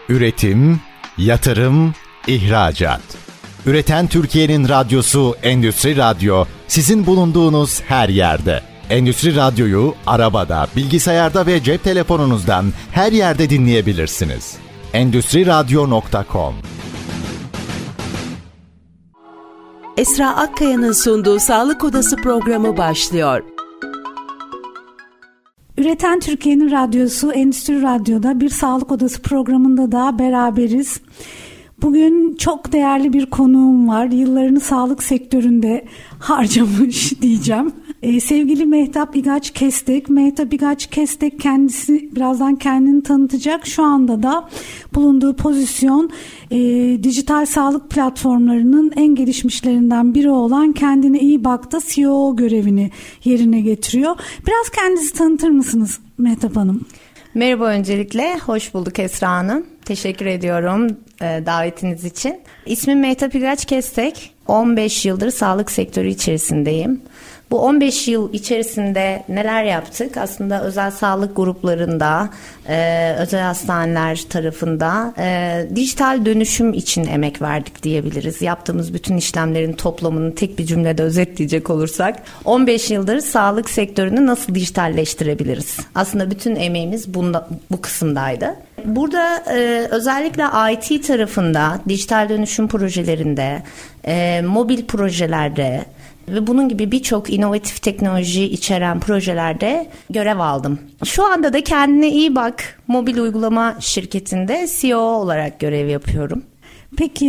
Üretim, yatırım, ihracat. Üreten Türkiye'nin radyosu Endüstri Radyo, sizin bulunduğunuz her yerde. Endüstri Radyo'yu arabada, bilgisayarda ve cep telefonunuzdan her yerde dinleyebilirsiniz. Endüstriradyo.com. Esra Akkaya'nın sunduğu Sağlık Odası programı başlıyor. Üreten Türkiye'nin radyosu Endüstri Radyo'da bir Sağlık Odası programında da beraberiz. Bugün çok değerli bir konuğum var. Yıllarını sağlık sektöründe harcamış diyeceğim. Sevgili Mehtap İgaç Kestek. Mehtap İgaç Kestek kendisi birazdan kendini tanıtacak. Şu anda da bulunduğu pozisyon dijital sağlık platformlarının en gelişmişlerinden biri olan Kendine İyi Bak'ta CEO görevini yerine getiriyor. Biraz kendinizi tanıtır mısınız Mehtap Hanım? Merhaba öncelikle. Hoş bulduk Esra Hanım. Teşekkür ediyorum davetiniz için. İsmim Mehtap İgaç Kestek. 15 yıldır sağlık sektörü içerisindeyim. Bu 15 yıl içerisinde neler yaptık? Aslında özel sağlık gruplarında, özel hastaneler tarafında dijital dönüşüm için emek verdik diyebiliriz. Yaptığımız bütün işlemlerin toplamını tek bir cümlede özetleyecek olursak 15 yıldır sağlık sektörünü nasıl dijitalleştirebiliriz? Aslında bütün emeğimiz bu kısımdaydı. Burada özellikle IT tarafında, dijital dönüşüm projelerinde, mobil projelerde ve bunun gibi birçok inovatif teknoloji içeren projelerde görev aldım. Şu anda da Kendine İyi Bak mobil uygulama şirketinde CEO olarak görev yapıyorum. Peki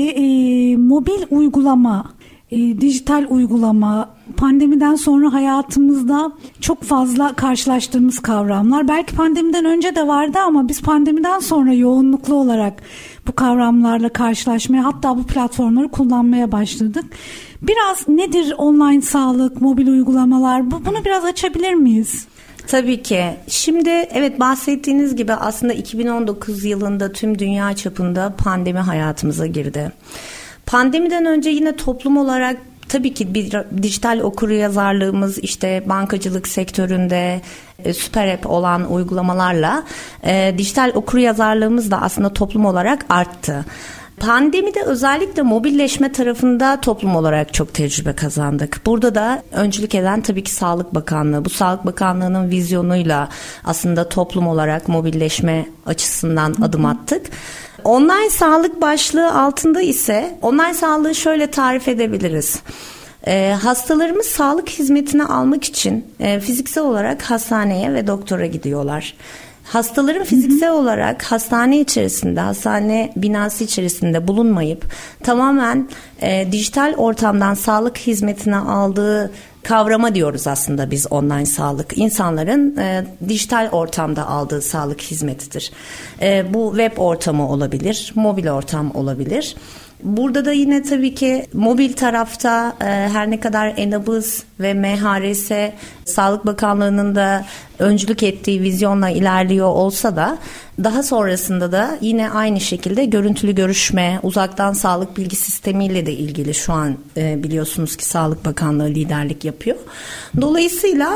mobil uygulama, dijital uygulama pandemiden sonra hayatımızda çok fazla karşılaştığımız kavramlar. Belki pandemiden önce de vardı ama biz pandemiden sonra yoğunluklu olarak bu kavramlarla karşılaşmaya, hatta bu platformları kullanmaya başladık. Biraz nedir online sağlık, mobil uygulamalar? Bunu biraz açabilir miyiz? Tabii ki. Şimdi evet, bahsettiğiniz gibi aslında 2019 yılında tüm dünya çapında pandemi hayatımıza girdi. Pandemiden önce yine toplum olarak tabii ki bir dijital okuryazarlığımız, işte bankacılık sektöründe süper app olan uygulamalarla dijital okuryazarlığımız da aslında toplum olarak arttı. Pandemide özellikle mobilleşme tarafında toplum olarak çok tecrübe kazandık. Burada da öncülük eden tabii ki Sağlık Bakanlığı. Bu Sağlık Bakanlığı'nın vizyonuyla aslında toplum olarak mobilleşme açısından adım attık. Online sağlık başlığı altında ise online sağlığı şöyle tarif edebiliriz. Hastalarımız sağlık hizmetini almak için fiziksel olarak hastaneye ve doktora gidiyorlar. Hastaların fiziksel olarak hastane içerisinde, hastane binası içerisinde bulunmayıp tamamen dijital ortamdan sağlık hizmetini aldığı kavrama diyoruz aslında biz online sağlık. İnsanların dijital ortamda aldığı sağlık hizmetidir. Bu web ortamı olabilir, mobil ortam olabilir. Burada da yine tabii ki mobil tarafta her ne kadar eNabız ve MHRS Sağlık Bakanlığı'nın da öncülük ettiği vizyonla ilerliyor olsa da daha sonrasında da yine aynı şekilde görüntülü görüşme, uzaktan sağlık bilgi sistemiyle de ilgili şu an biliyorsunuz ki Sağlık Bakanlığı liderlik yapıyor. Dolayısıyla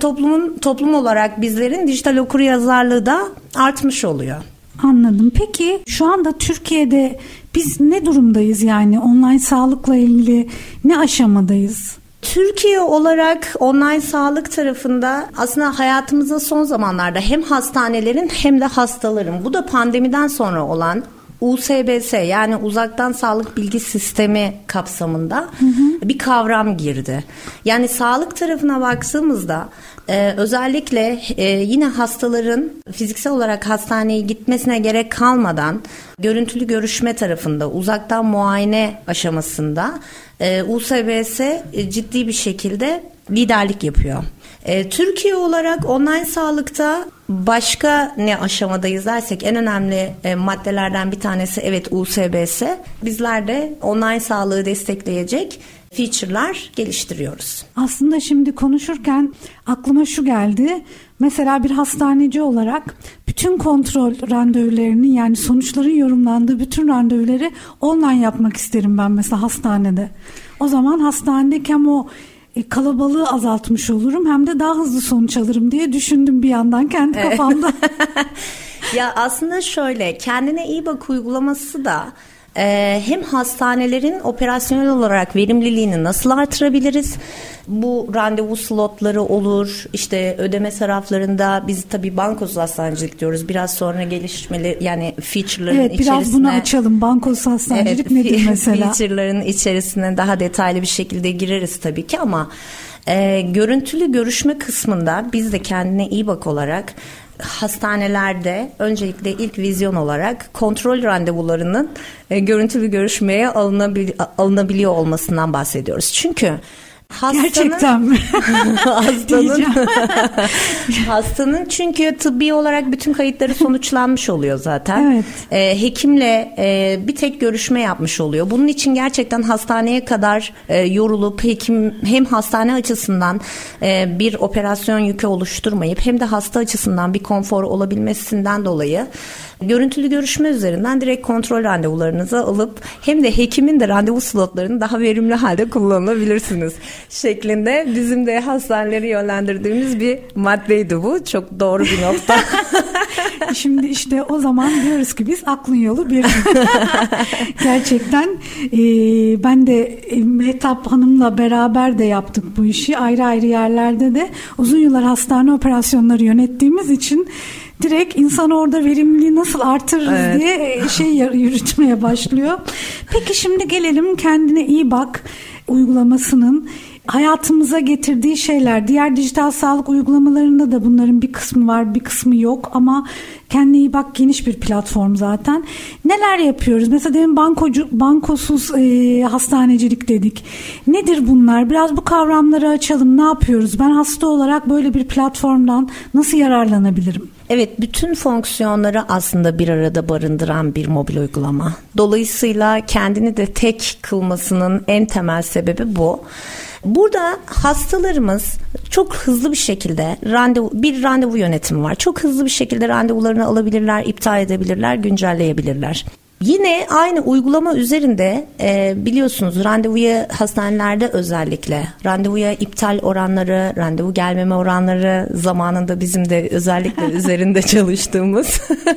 toplum olarak bizlerin dijital okuryazarlığı da artmış oluyor. Anladım. Peki şu anda Türkiye'de biz ne durumdayız, yani online sağlıkla ilgili ne aşamadayız? Türkiye olarak online sağlık tarafında aslında hayatımızda son zamanlarda hem hastanelerin hem de hastaların, bu da pandemiden sonra olan USBS yani uzaktan sağlık bilgi sistemi kapsamında bir kavram girdi. Yani sağlık tarafına baktığımızda özellikle yine hastaların fiziksel olarak hastaneye gitmesine gerek kalmadan görüntülü görüşme tarafında, uzaktan muayene aşamasında USBS ciddi bir şekilde liderlik yapıyor. Türkiye olarak online sağlıkta başka ne aşamadayız dersek en önemli maddelerden bir tanesi evet USBS. Bizler de online sağlığı destekleyecek feature'lar geliştiriyoruz. Aslında şimdi konuşurken aklıma şu geldi. Mesela bir hastaneci olarak bütün kontrol randevularını, yani sonuçların yorumlandığı bütün randevuları online yapmak isterim ben mesela hastanede. O zaman hastanedeyken o kalabalığı azaltmış olurum hem de daha hızlı sonuç alırım diye düşündüm bir yandan kendi kafamda. Ya aslında şöyle, kendine iyi bak uygulaması da hem hastanelerin operasyonel olarak verimliliğini nasıl artırabiliriz? Bu randevu slotları olur, işte ödeme taraflarında biz tabii bankosuz hastanecilik diyoruz. Biraz sonra gelişmeleri, yani feature'ların içerisine. Evet, biraz bunu açalım. Bankosuz hastanecilik nedir mesela? Feature'ların içerisine daha detaylı bir şekilde gireriz tabii ki ama görüntülü görüşme kısmında biz de kendine iyi bak olarak hastanelerde öncelikle ilk vizyon olarak kontrol randevularının görüntülü görüşmeye alınabiliyor olmasından bahsediyoruz. Çünkü gerçekten mi? Hastanın çünkü tıbbi olarak bütün kayıtları sonuçlanmış oluyor zaten. Evet. Hekimle bir tek görüşme yapmış oluyor. Bunun için gerçekten hastaneye kadar yorulup hekim hem hastane açısından bir operasyon yükü oluşturmayıp hem de hasta açısından bir konfor olabilmesinden dolayı görüntülü görüşme üzerinden direkt kontrol randevularınızı alıp hem de hekimin de randevu slotlarını daha verimli halde kullanabilirsiniz şeklinde bizim de hastaneleri yönlendirdiğimiz bir maddeydi bu. Çok doğru bir nokta. Şimdi işte o zaman diyoruz ki biz aklın yolu bir. Gerçekten ben de Mehtap Hanım'la beraber de yaptık bu işi. Ayrı ayrı yerlerde de uzun yıllar hastane operasyonları yönettiğimiz için direkt insan orada verimliliği nasıl artırırız diye yürütmeye başlıyor. Peki şimdi gelelim kendine iyi bak uygulamasının hayatımıza getirdiği şeyler. Diğer dijital sağlık uygulamalarında da bunların bir kısmı var, bir kısmı yok ama kendine iyi bak geniş bir platform zaten. Neler yapıyoruz? Mesela demin bankosuz hastanecilik dedik. Nedir bunlar? Biraz bu kavramları açalım. Ne yapıyoruz? Ben hasta olarak böyle bir platformdan nasıl yararlanabilirim? Evet, bütün fonksiyonları aslında bir arada barındıran bir mobil uygulama. Dolayısıyla kendini de tek kılmasının en temel sebebi bu. Burada hastalarımız çok hızlı bir şekilde randevu yönetimi var. Çok hızlı bir şekilde randevularını alabilirler, iptal edebilirler, güncelleyebilirler. Yine aynı uygulama üzerinde biliyorsunuz randevuya hastanelerde özellikle randevuya iptal oranları, randevu gelmeme oranları zamanında bizim de özellikle üzerinde çalıştığımız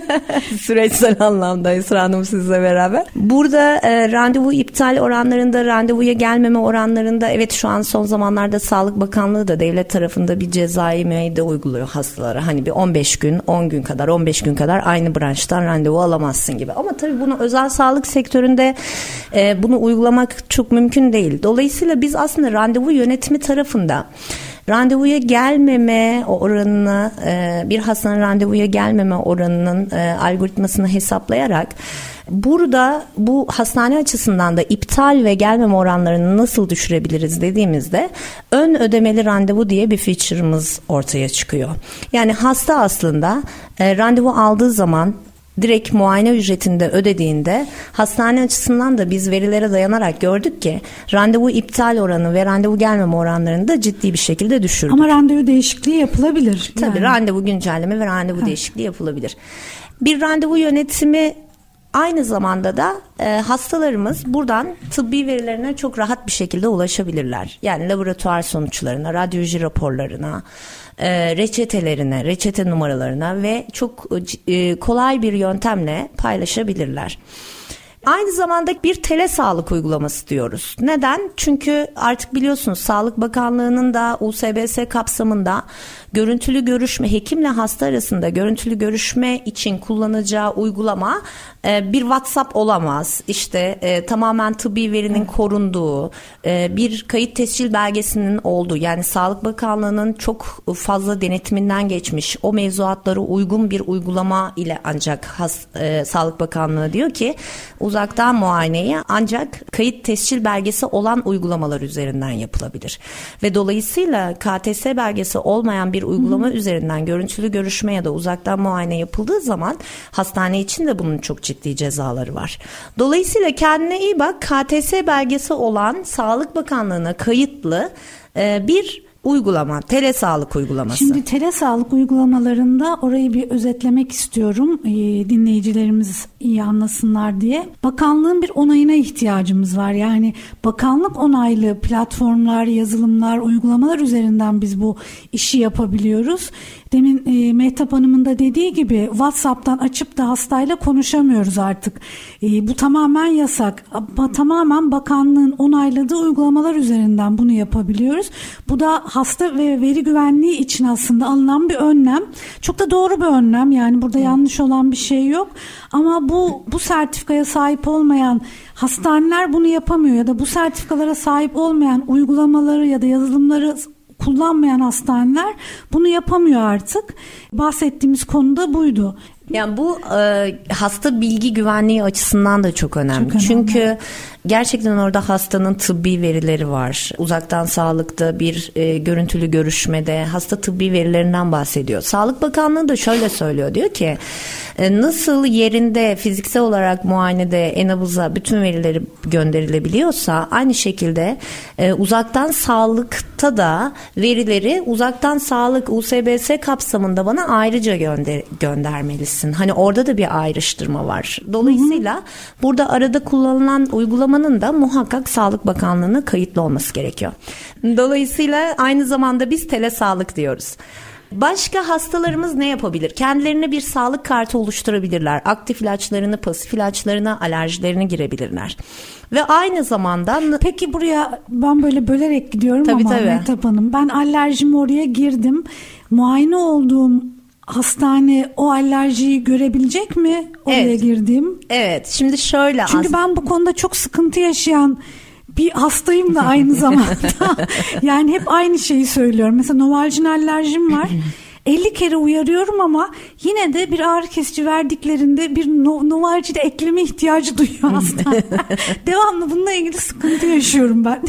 süreçsel anlamda Esra Hanım sizle beraber. Burada randevu iptal oranlarında, randevuya gelmeme oranlarında evet şu an son zamanlarda Sağlık Bakanlığı da devlet tarafında bir cezai müeyyide uyguluyor hastalara. Hani bir 15 gün, 10 gün kadar, 15 gün kadar aynı branştan randevu alamazsın gibi. Ama tabii bunu özel sağlık sektöründe bunu uygulamak çok mümkün değil. Dolayısıyla biz aslında randevu yönetimi tarafında randevuya gelmeme oranını, bir hastanın randevuya gelmeme oranının algoritmasını hesaplayarak burada bu hastane açısından da iptal ve gelmeme oranlarını nasıl düşürebiliriz dediğimizde ön ödemeli randevu diye bir feature'ımız ortaya çıkıyor. Yani hasta aslında randevu aldığı zaman direkt muayene ücretinde ödediğinde hastane açısından da biz verilere dayanarak gördük ki randevu iptal oranı ve randevu gelmeme oranlarını da ciddi bir şekilde düşürdük. Ama randevu değişikliği yapılabilir. Tabii randevu güncelleme ve randevu değişikliği yapılabilir. Bir randevu yönetimi aynı zamanda da hastalarımız buradan tıbbi verilerine çok rahat bir şekilde ulaşabilirler. Yani laboratuvar sonuçlarına, radyoloji raporlarına, reçetelerine, reçete numaralarına ve çok kolay bir yöntemle paylaşabilirler. Aynı zamanda bir telesağlık uygulaması diyoruz. Neden? Çünkü artık biliyorsunuz Sağlık Bakanlığı'nın da USBS kapsamında görüntülü görüşme, hekimle hasta arasında görüntülü görüşme için kullanacağı uygulama bir WhatsApp olamaz. İşte tamamen tıbbi verinin korunduğu, bir kayıt tescil belgesinin olduğu, yani Sağlık Bakanlığı'nın çok fazla denetiminden geçmiş, o mevzuatlara uygun bir uygulama ile ancak Sağlık Bakanlığı diyor ki uzaktan muayeneyi ancak kayıt tescil belgesi olan uygulamalar üzerinden yapılabilir. Ve dolayısıyla KTS belgesi olmayan bir uygulama üzerinden görüntülü görüşme ya da uzaktan muayene yapıldığı zaman hastane için de bunun çok ciddi cezaları var. Dolayısıyla kendine iyi bak, KTS belgesi olan Sağlık Bakanlığı'na kayıtlı bir uygulama, telesağlık uygulaması. Şimdi telesağlık uygulamalarında orayı bir özetlemek istiyorum. Dinleyicilerimiz iyi anlasınlar diye. Bakanlığın bir onayına ihtiyacımız var. Yani bakanlık onaylı platformlar, yazılımlar, uygulamalar üzerinden biz bu işi yapabiliyoruz. Demin Mehtap Hanım'ın da dediği gibi WhatsApp'tan açıp da hastayla konuşamıyoruz artık. Bu tamamen yasak. Tamamen bakanlığın onayladığı uygulamalar üzerinden bunu yapabiliyoruz. Bu da hasta ve veri güvenliği için aslında alınan bir önlem. Çok da doğru bir önlem. Yani burada yanlış olan bir şey yok. Ama bu sertifikaya sahip olmayan hastaneler bunu yapamıyor ya da bu sertifikalara sahip olmayan uygulamaları ya da yazılımları kullanmayan hastaneler bunu yapamıyor artık. Bahsettiğimiz konu da buydu. Yani bu hasta bilgi güvenliği açısından da çok önemli. Çok önemli. Çünkü gerçekten orada hastanın tıbbi verileri var. Uzaktan sağlıkta bir görüntülü görüşmede hasta tıbbi verilerinden bahsediyor. Sağlık Bakanlığı da şöyle söylüyor, diyor ki nasıl yerinde fiziksel olarak muayenede e-nabıza bütün verileri gönderilebiliyorsa aynı şekilde uzaktan sağlıkta da verileri uzaktan sağlık USBS kapsamında bana ayrıca göndermelisin. Hani orada da bir ayrıştırma var. Dolayısıyla burada arada kullanılan uygulamanın da muhakkak Sağlık Bakanlığı'na kayıtlı olması gerekiyor. Dolayısıyla aynı zamanda biz telesağlık diyoruz. Başka hastalarımız ne yapabilir? Kendilerine bir sağlık kartı oluşturabilirler. Aktif ilaçlarını, pasif ilaçlarına, alerjilerini girebilirler. Ve aynı zamanda... Peki buraya ben böyle bölerek gidiyorum tabii. Mehtap Hanım. Ben alerjimi oraya girdim. Muayene olduğum hastane o alerjiyi görebilecek mi oraya girdim? Evet. Şimdi şöyle... Çünkü ben bu konuda çok sıkıntı yaşayan bir hastayım da aynı zamanda. Yani hep aynı şeyi söylüyorum. Mesela Novalgin alerjim var. 50 kere uyarıyorum ama yine de bir ağrı kesici verdiklerinde bir Novalgin'e ekleme ihtiyacı duyuyor hastane. Devamlı bununla ilgili sıkıntı yaşıyorum ben.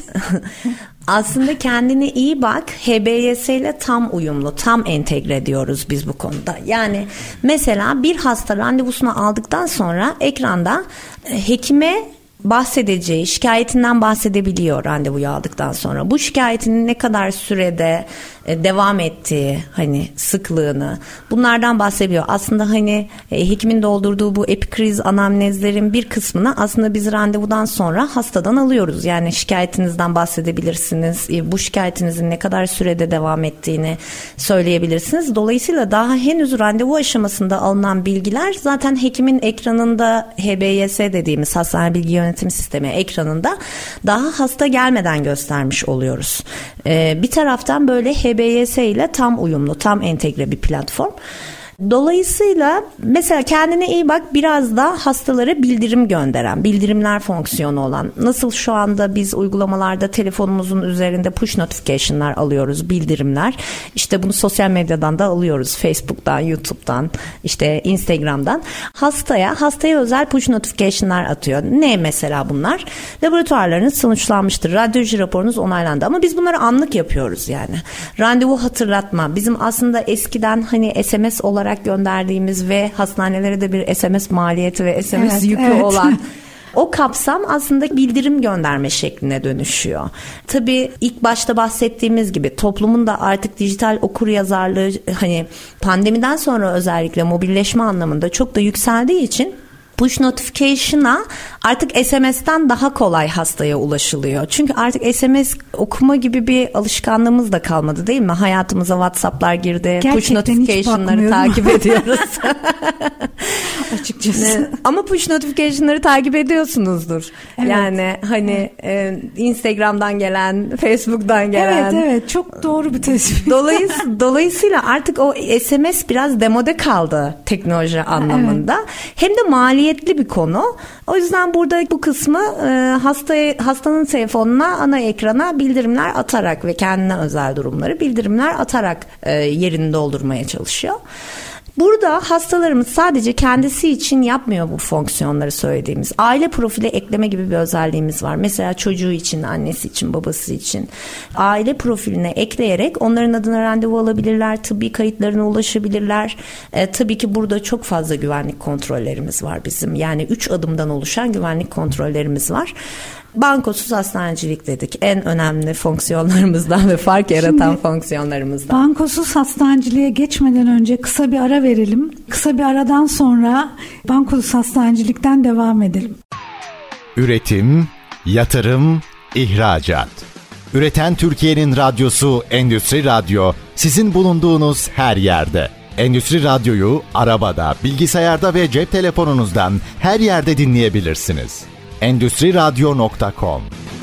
Aslında kendine iyi bak, HBYS ile tam uyumlu, tam entegre diyoruz biz bu konuda. Yani mesela bir hasta randevusunu aldıktan sonra ekranda hekime bahsedeceği, şikayetinden bahsedebiliyor randevuyu aldıktan sonra. Bu şikayetinin ne kadar sürede devam ettiği, hani sıklığını, bunlardan bahsediyor. Aslında hani hekimin doldurduğu bu epikriz anamnezlerin bir kısmını aslında biz randevudan sonra hastadan alıyoruz. Yani şikayetinizden bahsedebilirsiniz. Bu şikayetinizin ne kadar sürede devam ettiğini söyleyebilirsiniz. Dolayısıyla daha henüz randevu aşamasında alınan bilgiler zaten hekimin ekranında, HBYS dediğimiz hastane bilgi yönetim sistemi ekranında daha hasta gelmeden göstermiş oluyoruz. Bir taraftan böyle HBYS ile tam uyumlu, tam entegre bir platform. Dolayısıyla mesela kendine iyi bak, biraz da hastalara bildirim gönderen, bildirimler fonksiyonu olan, nasıl şu anda biz uygulamalarda telefonumuzun üzerinde push notification'lar alıyoruz, bildirimler. İşte bunu sosyal medyadan da alıyoruz. Facebook'tan, YouTube'dan, işte Instagram'dan. Hastaya özel push notification'lar atıyor. Ne mesela bunlar? Laboratuvarlarınız sonuçlanmıştır. Radyoloji raporunuz onaylandı. Ama biz bunları anlık yapıyoruz yani. Randevu hatırlatma. Bizim aslında eskiden hani SMS olarak gönderdiğimiz ve hastanelere de bir SMS maliyeti ve SMS yükü olan o kapsam aslında bildirim gönderme şekline dönüşüyor. Tabii ilk başta bahsettiğimiz gibi toplumun da artık dijital okuryazarlığı hani pandemiden sonra özellikle mobilleşme anlamında çok da yükseldiği için push notification'a artık SMS'ten daha kolay hastaya ulaşılıyor. Çünkü artık SMS okuma gibi bir alışkanlığımız da kalmadı, değil mi? Hayatımıza WhatsApp'lar girdi. Gerçekten push notification'ları takip ediyoruz. Açıkçası. Ama push notification'ları takip ediyorsunuz. Evet. Yani hani Instagram'dan gelen, Facebook'tan gelen. Evet, çok doğru bir tespit. Dolayısıyla artık o SMS biraz demode kaldı teknoloji anlamında. Evet. Hem de maliyetli bir konu. O yüzden burada bu kısmı hastanın telefonuna, ana ekrana bildirimler atarak ve kendine özel durumları bildirimler atarak yerini doldurmaya çalışıyor. Burada hastalarımız sadece kendisi için yapmıyor bu fonksiyonları söylediğimiz. Aile profili ekleme gibi bir özelliğimiz var. Mesela çocuğu için, annesi için, babası için. Aile profiline ekleyerek onların adına randevu alabilirler, tıbbi kayıtlarına ulaşabilirler. Tabii ki burada çok fazla güvenlik kontrollerimiz var bizim. Yani 3 adımdan oluşan güvenlik kontrollerimiz var. Bankosuz hastanecilik dedik. En önemli fonksiyonlarımızdan ve fark yaratan fonksiyonlarımızdan. Bankosuz hastaneciliğe geçmeden önce kısa bir ara verelim. Kısa bir aradan sonra bankosuz hastanecilikten devam edelim. Üretim, yatırım, ihracat. Üreten Türkiye'nin radyosu Endüstri Radyo, sizin bulunduğunuz her yerde. Endüstri Radyo'yu arabada, bilgisayarda ve cep telefonunuzdan her yerde dinleyebilirsiniz. Endüstriradyo.com.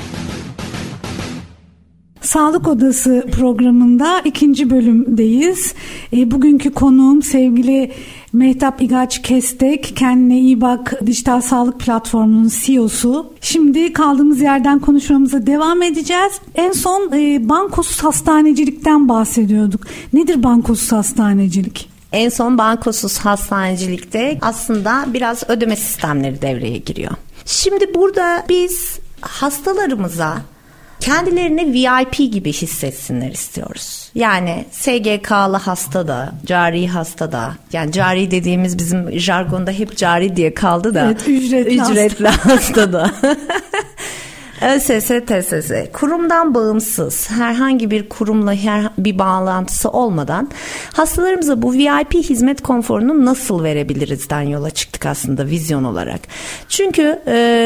Sağlık Odası programında 2. bölümdeyiz. Bugünkü konuğum sevgili Mehtap İgaç Kestek, Kendine İyi Bak Dijital Sağlık Platformu'nun CEO'su. Şimdi kaldığımız yerden konuşmamıza devam edeceğiz. En son bankosuz hastanecilikten bahsediyorduk. Nedir bankosuz hastanecilik? En son bankosuz hastanecilikte aslında biraz ödeme sistemleri devreye giriyor. Şimdi burada biz hastalarımıza kendilerini VIP gibi hissetsinler istiyoruz. Yani SGK'lı hasta da, cari hasta da, yani cari dediğimiz bizim jargonda hep cari diye kaldı da, evet, ücretli hasta da. ÖSS, TSS, kurumdan bağımsız, herhangi bir kurumla bir bağlantısı olmadan hastalarımıza bu VIP hizmet konforunu nasıl verebilirizden yola çıktık aslında vizyon olarak. Çünkü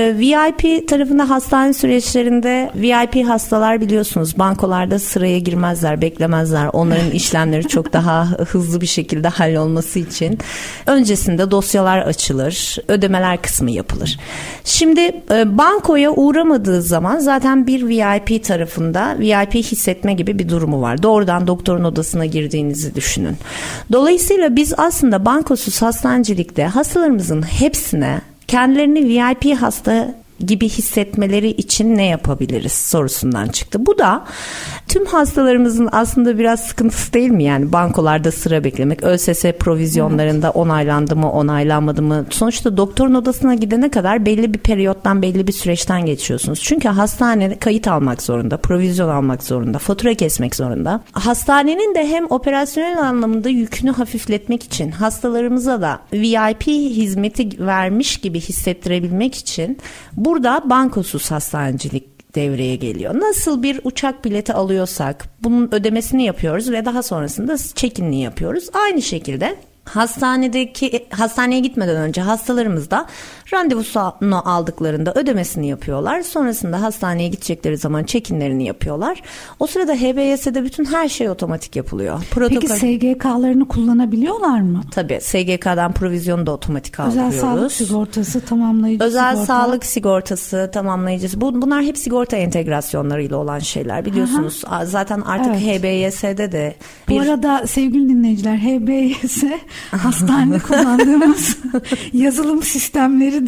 VIP tarafında hastane süreçlerinde VIP hastalar biliyorsunuz bankolarda sıraya girmezler, beklemezler. Onların işlemleri çok daha hızlı bir şekilde hallolması için öncesinde dosyalar açılır, ödemeler kısmı yapılır. Şimdi bankoya uğramadığı zaman zaten bir VIP tarafında VIP hissetme gibi bir durumu var. Doğrudan doktorun odasına girdiğinizi düşünün. Dolayısıyla biz aslında bankosuz hastanecilikte hastalarımızın hepsine kendilerini VIP hasta gibi hissetmeleri için ne yapabiliriz sorusundan çıktı. Bu da tüm hastalarımızın aslında biraz sıkıntısı değil mi? Yani bankolarda sıra beklemek, ÖSS provizyonlarında onaylandı mı, onaylanmadı mı? Sonuçta doktorun odasına gidene kadar belli bir periyottan, belli bir süreçten geçiyorsunuz. Çünkü hastane kayıt almak zorunda, provizyon almak zorunda, fatura kesmek zorunda. Hastanenin de hem operasyonel anlamında yükünü hafifletmek için, hastalarımıza da VIP hizmeti vermiş gibi hissettirebilmek için burada bankosuz hastanecilik devreye geliyor. Nasıl bir uçak bileti alıyorsak bunun ödemesini yapıyoruz ve daha sonrasında check-in'ini yapıyoruz. Aynı şekilde hastaneye gitmeden önce hastalarımız da randevusunu aldıklarında ödemesini yapıyorlar. Sonrasında hastaneye gidecekleri zaman check-in'lerini yapıyorlar. O sırada HBS'de bütün her şey otomatik yapılıyor. Peki SGK'larını kullanabiliyorlar mı? Tabii SGK'dan provizyonu da otomatik aldırıyoruz. Özel sağlık sigortası, tamamlayıcı özel sigorta. Sağlık sigortası, tamamlayıcısı. Bunlar hep sigorta entegrasyonlarıyla olan şeyler biliyorsunuz. Aha. Zaten artık evet. HBS'de de Bu arada sevgili dinleyiciler, HBS hastanede kullandığımız yazılım sistemleridir.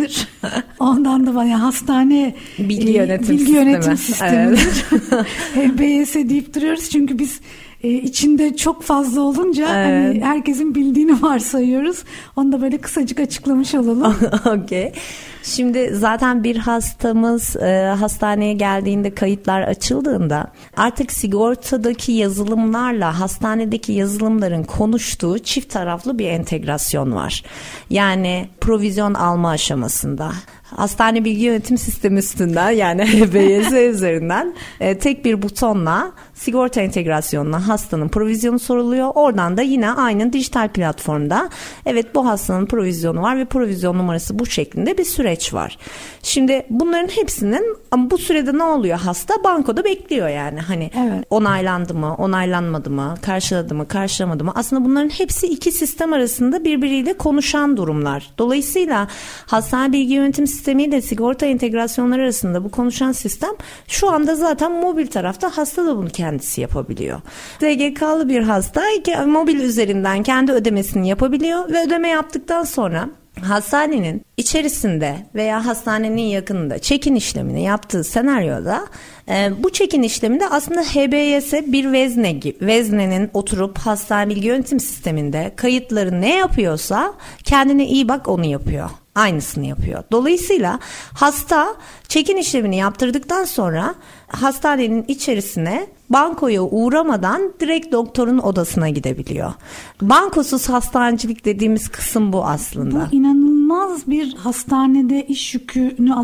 Ondan da bayağı hastane bilgi yönetim sistemidir. Evet. HBS deyip duruyoruz çünkü biz içinde çok fazla olunca evet. Hani herkesin bildiğini varsayıyoruz. Onu da böyle kısacık açıklamış olalım. Okay. Şimdi zaten bir hastamız hastaneye geldiğinde kayıtlar açıldığında artık sigortadaki yazılımlarla hastanedeki yazılımların konuştuğu çift taraflı bir entegrasyon var. Yani provizyon alma aşamasında hastane bilgi yönetim sistemi üstünden yani HBS üzerinden tek bir butonla sigorta entegrasyonuna hastanın provizyonu soruluyor. Oradan da yine aynı dijital platformda evet bu hastanın provizyonu var ve provizyon numarası bu şeklinde bir süreç var. Şimdi bunların hepsinin ama bu sürede ne oluyor? Hasta bankoda bekliyor yani hani evet. Onaylandı mı, onaylanmadı mı, karşıladı mı, karşılamadı mı? Aslında bunların hepsi iki sistem arasında birbiriyle konuşan durumlar. Dolayısıyla hastane bilgi yönetim sistemi ile sigorta entegrasyonları arasında bu konuşan sistem şu anda zaten mobil tarafta hasta da bunu kendisi yapabiliyor. SGK'lı bir hasta mobil üzerinden kendi ödemesini yapabiliyor ve ödeme yaptıktan sonra hastanenin içerisinde veya hastanenin yakınında check-in işlemini yaptığı senaryoda bu check-in işleminde aslında HBS bir vezne gibi. Veznenin oturup hastane bilgi yönetim sisteminde kayıtları ne yapıyorsa kendine iyi bak onu yapıyor. Aynısını yapıyor. Dolayısıyla hasta check-in işlemini yaptırdıktan sonra hastanenin içerisine bankoya uğramadan direkt doktorun odasına gidebiliyor. Bankosuz hastanecilik dediğimiz kısım bu aslında. Bu inanılmaz bir hastanede iş yükünü azalttı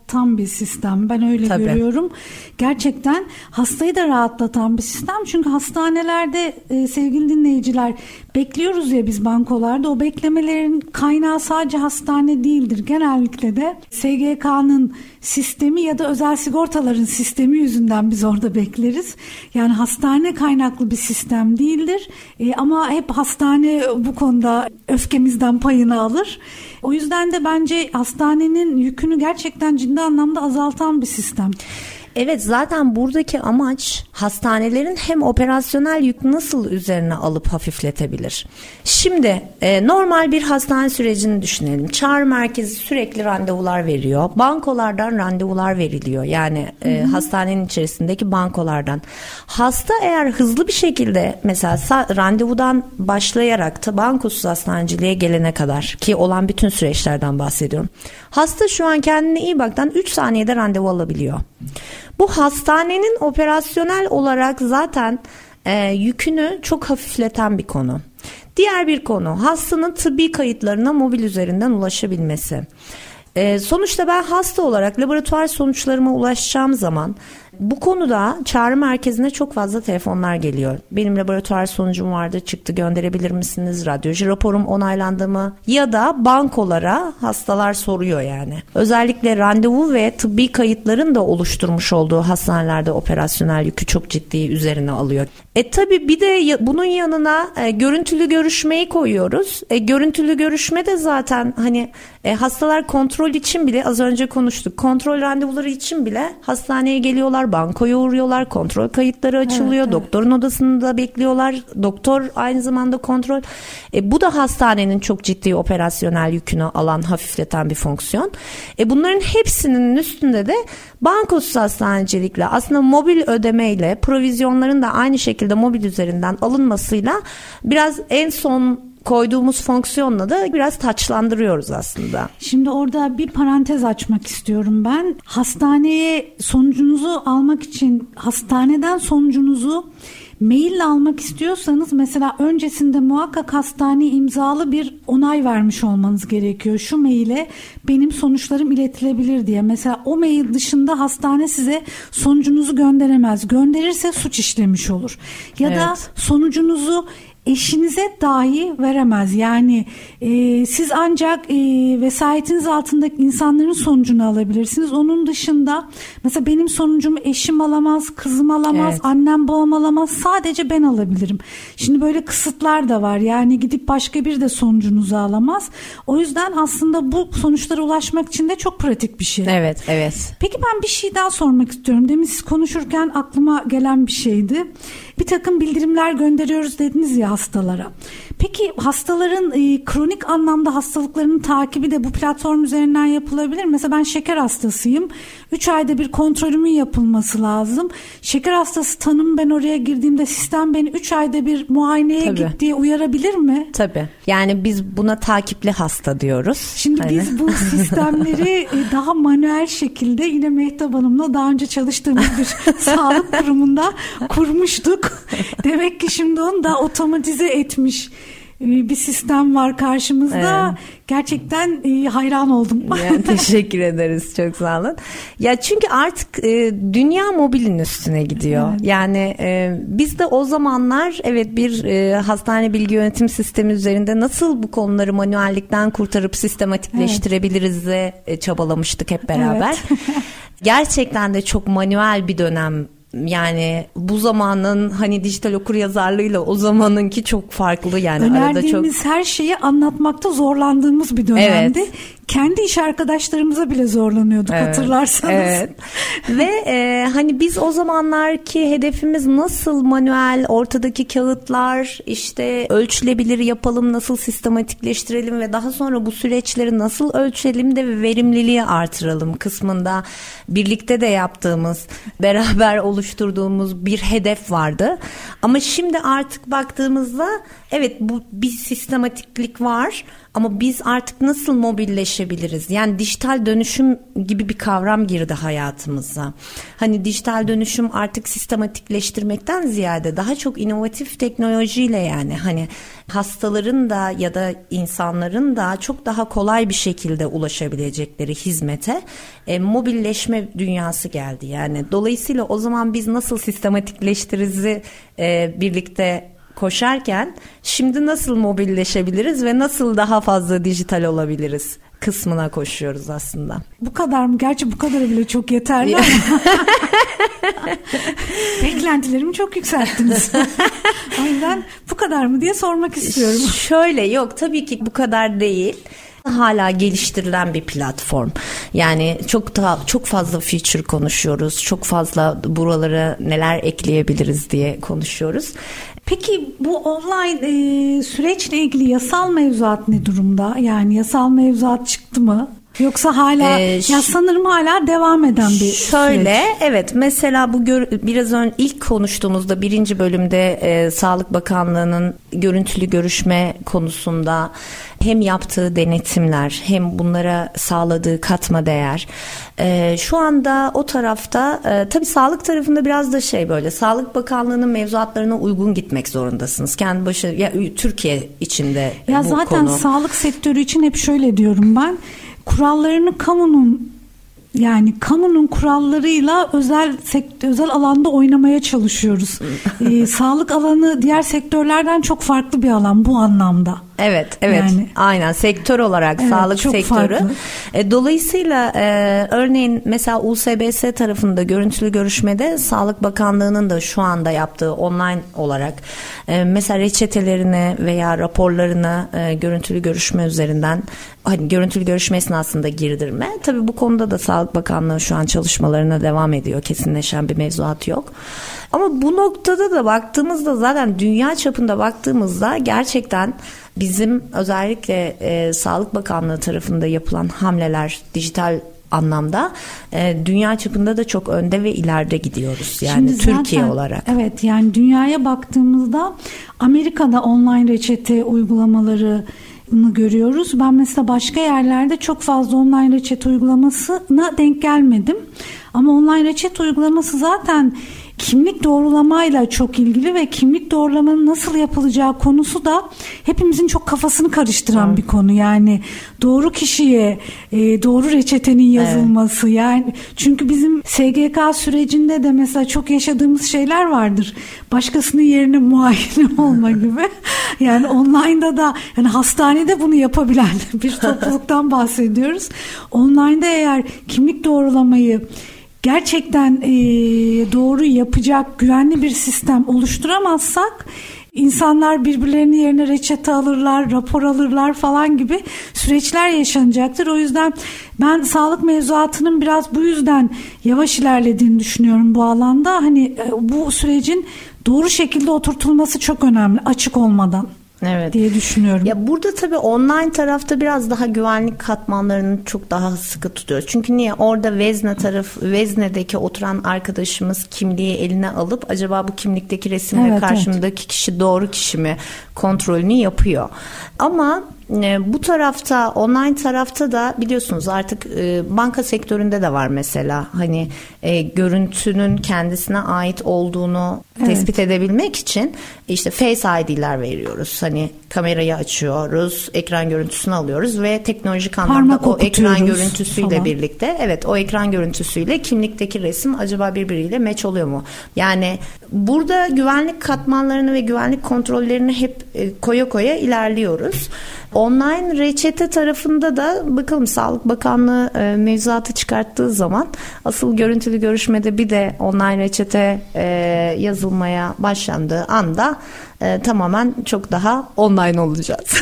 rahatlatan bir sistem. Ben öyle görüyorum. Gerçekten hastayı da rahatlatan bir sistem. Çünkü hastanelerde sevgili dinleyiciler bekliyoruz ya biz bankolarda. O beklemelerin kaynağı sadece hastane değildir. Genellikle de SGK'nın sistemi ya da özel sigortaların sistemi yüzünden biz orada bekleriz. Yani hastane kaynaklı bir sistem değildir. Ama hep hastane bu konuda öfkemizden payını alır. O yüzden de bence hastanenin yükünü gerçekten ciddi anlamda azaltan bir sistem. Evet, zaten buradaki amaç hastanelerin hem operasyonel yük nasıl üzerine alıp hafifletebilir. Şimdi normal bir hastane sürecini düşünelim. Çağrı merkezi sürekli randevular veriyor. Bankolardan randevular veriliyor. Yani hastanenin içerisindeki bankolardan. Hasta eğer hızlı bir şekilde mesela randevudan başlayarak da bankosuz hastaneciliğe gelene kadar ki olan bütün süreçlerden bahsediyorum. Hasta şu an kendine iyi baktan 3 saniyede randevu alabiliyor. Bu hastanenin operasyonel olarak zaten yükünü çok hafifleten bir konu. Diğer bir konu hastanın tıbbi kayıtlarına mobil üzerinden ulaşabilmesi. Sonuçta ben hasta olarak laboratuvar sonuçlarıma ulaşacağım zaman bu konuda çağrı merkezine çok fazla telefonlar geliyor. Benim laboratuvar sonucum vardı, çıktı, gönderebilir misiniz? Radyoloji raporum onaylandı mı? Ya da bankolara hastalar soruyor yani. Özellikle randevu ve tıbbi kayıtların da oluşturmuş olduğu hastanelerde operasyonel yükü çok ciddi üzerine alıyor. Tabii bir de bunun yanına görüntülü görüşmeyi koyuyoruz. Görüntülü görüşme de zaten hani hastalar kontrol için bile az önce konuştuk. Kontrol randevuları için bile hastaneye geliyorlar, bankoya uğruyorlar, kontrol kayıtları açılıyor, evet. Doktorun odasında bekliyorlar. Doktor aynı zamanda kontrol. Bu da hastanenin çok ciddi operasyonel yükünü alan, hafifleten bir fonksiyon. Bunların hepsinin üstünde de bankosuz hastanecilikle aslında mobil ödemeyle provizyonların da aynı şekilde mobil üzerinden alınmasıyla biraz en son koyduğumuz fonksiyonla da biraz taçlandırıyoruz aslında. Şimdi orada bir parantez açmak istiyorum ben. Hastaneye sonucunuzu almak için hastaneden sonucunuzu maille almak istiyorsanız mesela öncesinde muhakkak hastane imzalı bir onay vermiş olmanız gerekiyor. Şu maile benim sonuçlarım iletilebilir diye. Mesela o mail dışında hastane size sonucunuzu gönderemez. Gönderirse suç işlemiş olur. Ya da sonucunuzu eşinize dahi veremez. Yani siz ancak vesayetiniz altındaki insanların sonucunu alabilirsiniz. Onun dışında mesela benim sonucumu eşim alamaz, kızım alamaz, annem babam alamaz. Sadece ben alabilirim. Şimdi böyle kısıtlar da var. Yani gidip başka bir de sonucunuzu alamaz. O yüzden aslında bu sonuçlara ulaşmak için de çok pratik bir şey. Evet, evet. Peki ben bir şey daha sormak istiyorum. Demin siz konuşurken aklıma gelen bir şeydi. Bir takım bildirimler gönderiyoruz dediniz ya hastalara. Peki hastaların kronik anlamda hastalıklarının takibi de bu platform üzerinden yapılabilir mi? Mesela ben şeker hastasıyım. 3 ayda bir kontrolümün yapılması lazım. Şeker hastası tanımı ben oraya girdiğimde sistem beni 3 ayda bir muayeneye git diye uyarabilir mi? Tabii. Yani biz buna takipli hasta diyoruz. Şimdi biz bu sistemleri daha manuel şekilde yine Mehtap Hanım'la daha önce çalıştığımız bir sağlık kurumunda kurmuştuk. Demek ki şimdi onu da otomatize etmiş bir sistem var karşımızda. Evet. Gerçekten hayran oldum. Yani teşekkür ederiz. Çok sağ olun. Ya çünkü artık dünya mobilin üstüne gidiyor. Evet. Yani biz de o zamanlar bir hastane bilgi yönetim sistemi üzerinde nasıl bu konuları manuellikten kurtarıp sistematikleştirebiliriz de çabalamıştık hep beraber. Evet. Gerçekten de çok manuel bir dönem. Yani bu zamanın hani dijital okuryazarlığıyla o zamanınki çok farklı yani. Önerdiğimiz her şeyi anlatmakta zorlandığımız bir dönemdi. Evet. Kendi iş arkadaşlarımıza bile zorlanıyorduk hatırlarsanız. Evet. Ve hani biz o zamanlarki hedefimiz nasıl manuel ortadaki kağıtlar işte ölçülebilir yapalım, nasıl sistematikleştirelim ve daha sonra bu süreçleri nasıl ölçelim de verimliliği artıralım kısmında birlikte de yaptığımız, beraber oluşturduğumuz bir hedef vardı. Ama şimdi artık baktığımızda bu bir sistematiklik var. Ama biz artık nasıl mobilleştirelim? mobilleşebiliriz? Yani dijital dönüşüm gibi bir kavram girdi hayatımıza. Hani dijital dönüşüm artık sistematikleştirmekten ziyade daha çok inovatif teknolojiyle, yani hani hastaların da ya da insanların da çok daha kolay bir şekilde ulaşabilecekleri hizmete mobilleşme dünyası geldi. Yani dolayısıyla o zaman biz nasıl sistematikleştiririz birlikte koşarken, şimdi nasıl mobilleşebiliriz ve nasıl daha fazla dijital olabiliriz kısmına koşuyoruz aslında. Bu kadar mı? Gerçi bu kadarı bile çok yeterli ama. Beklentilerimi çok yükselttiniz. O yüzden bu kadar mı diye sormak istiyorum. Şöyle, yok tabii ki bu kadar değil. Hala geliştirilen bir platform. Yani çok fazla feature konuşuyoruz. Çok fazla buralara neler ekleyebiliriz diye konuşuyoruz. Peki bu online süreçle ilgili yasal mevzuat ne durumda? Yani yasal mevzuat çıktı mı? Yoksa hala ya sanırım hala devam eden bir şöyle süreç. Evet, mesela bu biraz önce ilk konuştuğumuzda 1. bölümde Sağlık Bakanlığı'nın görüntülü görüşme konusunda hem yaptığı denetimler hem bunlara sağladığı katma değer. Şu anda o tarafta tabii sağlık tarafında biraz da böyle Sağlık Bakanlığı'nın mevzuatlarına uygun gitmek zorundasınız. Kendi başı Türkiye içinde ya bu zaten konu. Sağlık sektörü için hep şöyle diyorum ben. Kurallarını kamunun kurallarıyla özel alanda oynamaya çalışıyoruz. Sağlık alanı diğer sektörlerden çok farklı bir alan bu anlamda. Evet yani, aynen sektör olarak sağlık sektörü. Dolayısıyla örneğin mesela USBS tarafında görüntülü görüşmede Sağlık Bakanlığı'nın da şu anda yaptığı online olarak mesela reçetelerini veya raporlarını görüntülü görüşme üzerinden, hani görüntülü görüşme esnasında girdirme. Tabii bu konuda da Sağlık Bakanlığı şu an çalışmalarına devam ediyor. Kesinleşen bir mevzuat yok. Ama bu noktada da baktığımızda, zaten dünya çapında baktığımızda gerçekten bizim özellikle Sağlık Bakanlığı tarafında yapılan hamleler dijital anlamda dünya çapında da çok önde ve ileride gidiyoruz. Yani şimdi Türkiye zaten, olarak. Evet, yani dünyaya baktığımızda Amerika'da online reçete uygulamaları görüyoruz. Ben mesela başka yerlerde çok fazla online reçete uygulamasına denk gelmedim. Ama online reçete uygulaması zaten kimlik doğrulamayla çok ilgili ve kimlik doğrulamanın nasıl yapılacağı konusu da hepimizin çok kafasını karıştıran bir konu. Yani doğru kişiye doğru reçetenin yazılması. Yani çünkü bizim SGK sürecinde de mesela çok yaşadığımız şeyler vardır. Başkasının yerine muayene olma gibi. Yani online'da da, yani hastanede bunu yapabilen bir topluluktan bahsediyoruz. Online'da eğer kimlik doğrulamayı gerçekten doğru yapacak güvenli bir sistem oluşturamazsak insanlar birbirlerinin yerine reçete alırlar, rapor alırlar falan gibi süreçler yaşanacaktır. O yüzden ben sağlık mevzuatının biraz bu yüzden yavaş ilerlediğini düşünüyorum bu alanda. Hani bu sürecin doğru şekilde oturtulması çok önemli, açık olmadan. Evet. Diye düşünüyorum. Ya burada tabii online tarafta biraz daha güvenlik katmanlarını çok daha sıkı tutuyoruz. Çünkü niye? Orada veznedeki oturan arkadaşımız kimliği eline alıp acaba bu kimlikteki resimle karşımdaki kişi doğru kişi mi kontrolünü yapıyor. Ama bu tarafta, online tarafta da biliyorsunuz artık banka sektöründe de var mesela, hani görüntünün kendisine ait olduğunu tespit edebilmek için işte Face ID'ler veriyoruz. Hani kamerayı açıyoruz, ekran görüntüsünü alıyoruz ve teknolojik anlamda o ekran görüntüsüyle falan birlikte, o ekran görüntüsüyle kimlikteki resim acaba birbiriyle match oluyor mu? Yani burada güvenlik katmanlarını ve güvenlik kontrollerini hep koya ilerliyoruz. Online reçete tarafında da bakalım Sağlık Bakanlığı mevzuatı çıkarttığı zaman asıl görüntülü görüşmede bir de online reçete yazılmaya başlandığı anda tamamen çok daha online olacağız.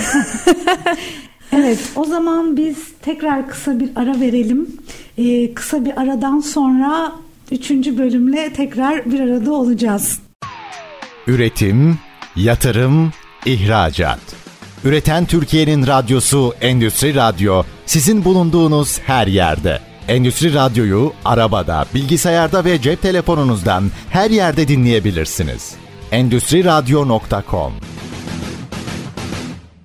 Evet, o zaman biz tekrar kısa bir ara verelim. Kısa bir aradan sonra 3. bölümle tekrar bir arada olacağız. Üretim, yatırım, ihracat. Üreten Türkiye'nin radyosu Endüstri Radyo, sizin bulunduğunuz her yerde. Endüstri Radyo'yu arabada, bilgisayarda ve cep telefonunuzdan her yerde dinleyebilirsiniz. Endüstriradyo.com.